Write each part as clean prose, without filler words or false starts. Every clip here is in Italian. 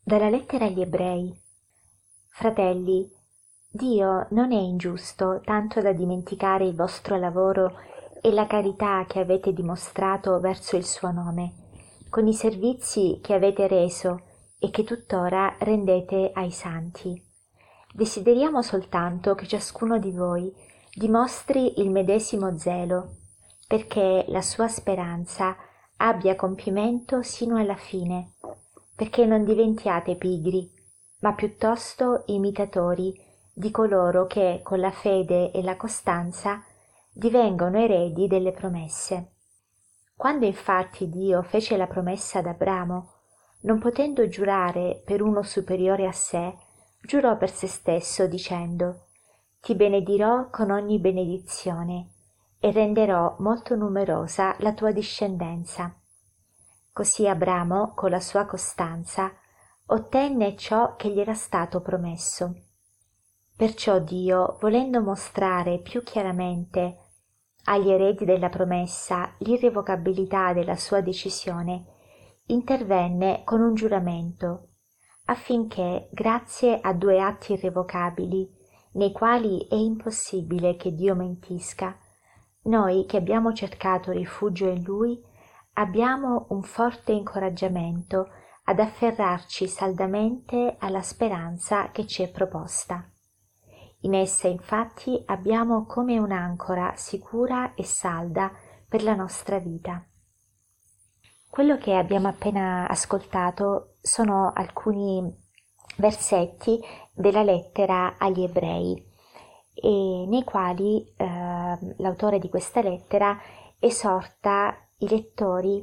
Dalla lettera agli Ebrei. Fratelli, Dio non è ingiusto tanto da dimenticare il vostro lavoro e la carità che avete dimostrato verso il suo nome, con i servizi che avete reso e che tuttora rendete ai santi. Desideriamo soltanto che ciascuno di voi dimostri il medesimo zelo, perché la sua speranza abbia compimento sino alla fine, perché non diventiate pigri, ma piuttosto imitatori di coloro che con la fede e la costanza divengono eredi delle promesse. Quando infatti Dio fece la promessa ad Abramo, non potendo giurare per uno superiore a sé, giurò per se stesso dicendo: «Ti benedirò con ogni benedizione e renderò molto numerosa la tua discendenza». Così Abramo, con la sua costanza, ottenne ciò che gli era stato promesso. Perciò Dio, volendo mostrare più chiaramente agli eredi della promessa l'irrevocabilità della sua decisione, intervenne con un giuramento, affinché, grazie a due atti irrevocabili, nei quali è impossibile che Dio mentisca, noi che abbiamo cercato rifugio in Lui, abbiamo un forte incoraggiamento ad afferrarci saldamente alla speranza che ci è proposta. In essa infatti abbiamo come un'ancora sicura e salda per la nostra vita. Quello che abbiamo appena ascoltato sono alcuni versetti della lettera agli Ebrei, e nei quali l'autore di questa lettera esorta i lettori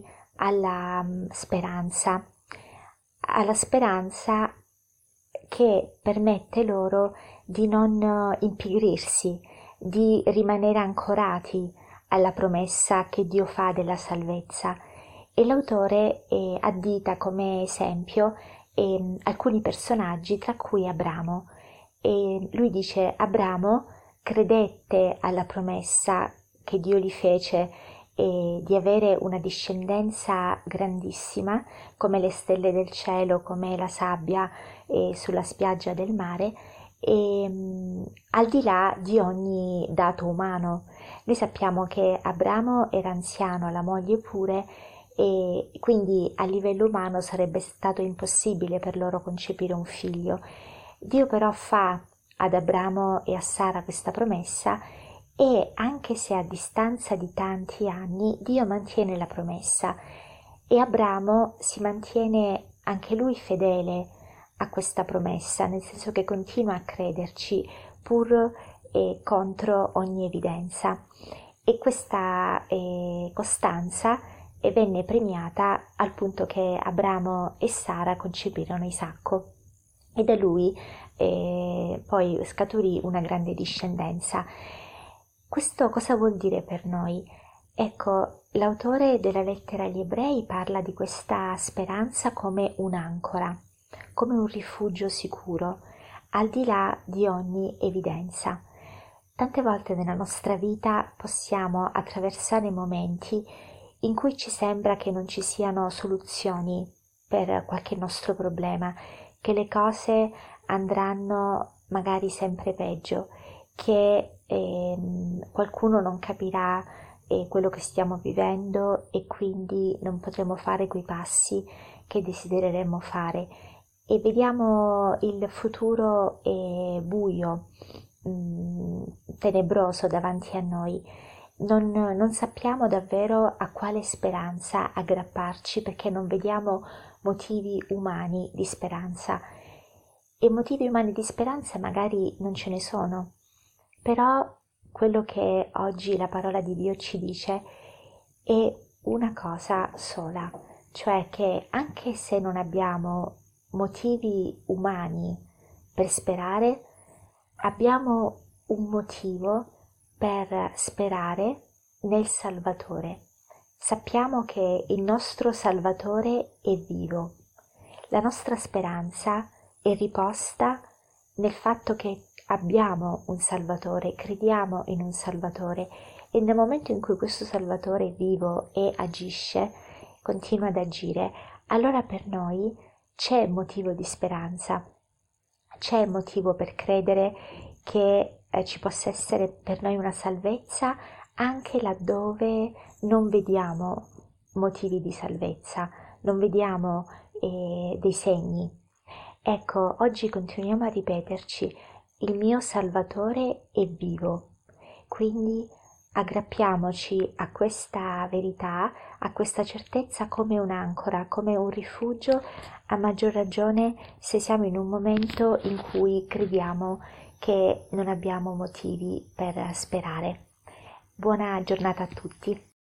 alla speranza che permette loro di non impigrirsi, di rimanere ancorati alla promessa che Dio fa della salvezza. E l'autore addita come esempio alcuni personaggi, tra cui Abramo. E lui dice: Abramo credette alla promessa che Dio gli fece di avere una discendenza grandissima, come le stelle del cielo, come la sabbia sulla spiaggia del mare, al di là di ogni dato umano. Noi sappiamo che Abramo era anziano, la moglie pure, e quindi a livello umano sarebbe stato impossibile per loro concepire un figlio. Dio però fa ad Abramo e a Sara questa promessa, e anche se a distanza di tanti anni Dio mantiene la promessa, e Abramo si mantiene anche lui fedele a questa promessa, nel senso che continua a crederci pur contro ogni evidenza. E questa costanza venne premiata al punto che Abramo e Sara concepirono Isacco, e da lui poi scaturì una grande discendenza. Questo cosa vuol dire per noi? Ecco, l'autore della lettera agli Ebrei parla di questa speranza come un'ancora, come un rifugio sicuro, al di là di ogni evidenza. Tante volte nella nostra vita possiamo attraversare momenti in cui ci sembra che non ci siano soluzioni per qualche nostro problema, che le cose andranno magari sempre peggio, che qualcuno non capirà quello che stiamo vivendo e quindi non potremo fare quei passi che desidereremmo fare, e vediamo il futuro buio, tenebroso davanti a noi. Non sappiamo davvero a quale speranza aggrapparci, perché non vediamo motivi umani di speranza, e motivi umani di speranza magari non ce ne sono. Però quello che oggi la parola di Dio ci dice è una cosa sola, cioè che anche se non abbiamo motivi umani per sperare, abbiamo un motivo per sperare nel Salvatore. Sappiamo che il nostro Salvatore è vivo. La nostra speranza è riposta nel fatto che abbiamo un Salvatore, crediamo in un Salvatore, e nel momento in cui questo Salvatore è vivo e agisce, continua ad agire, allora per noi c'è motivo di speranza, c'è motivo per credere che ci possa essere per noi una salvezza anche laddove non vediamo motivi di salvezza, non vediamo dei segni. Ecco, oggi continuiamo a ripeterci, il mio Salvatore è vivo, quindi aggrappiamoci a questa verità, a questa certezza come un'ancora, come un rifugio, a maggior ragione se siamo in un momento in cui crediamo che non abbiamo motivi per sperare. Buona giornata a tutti.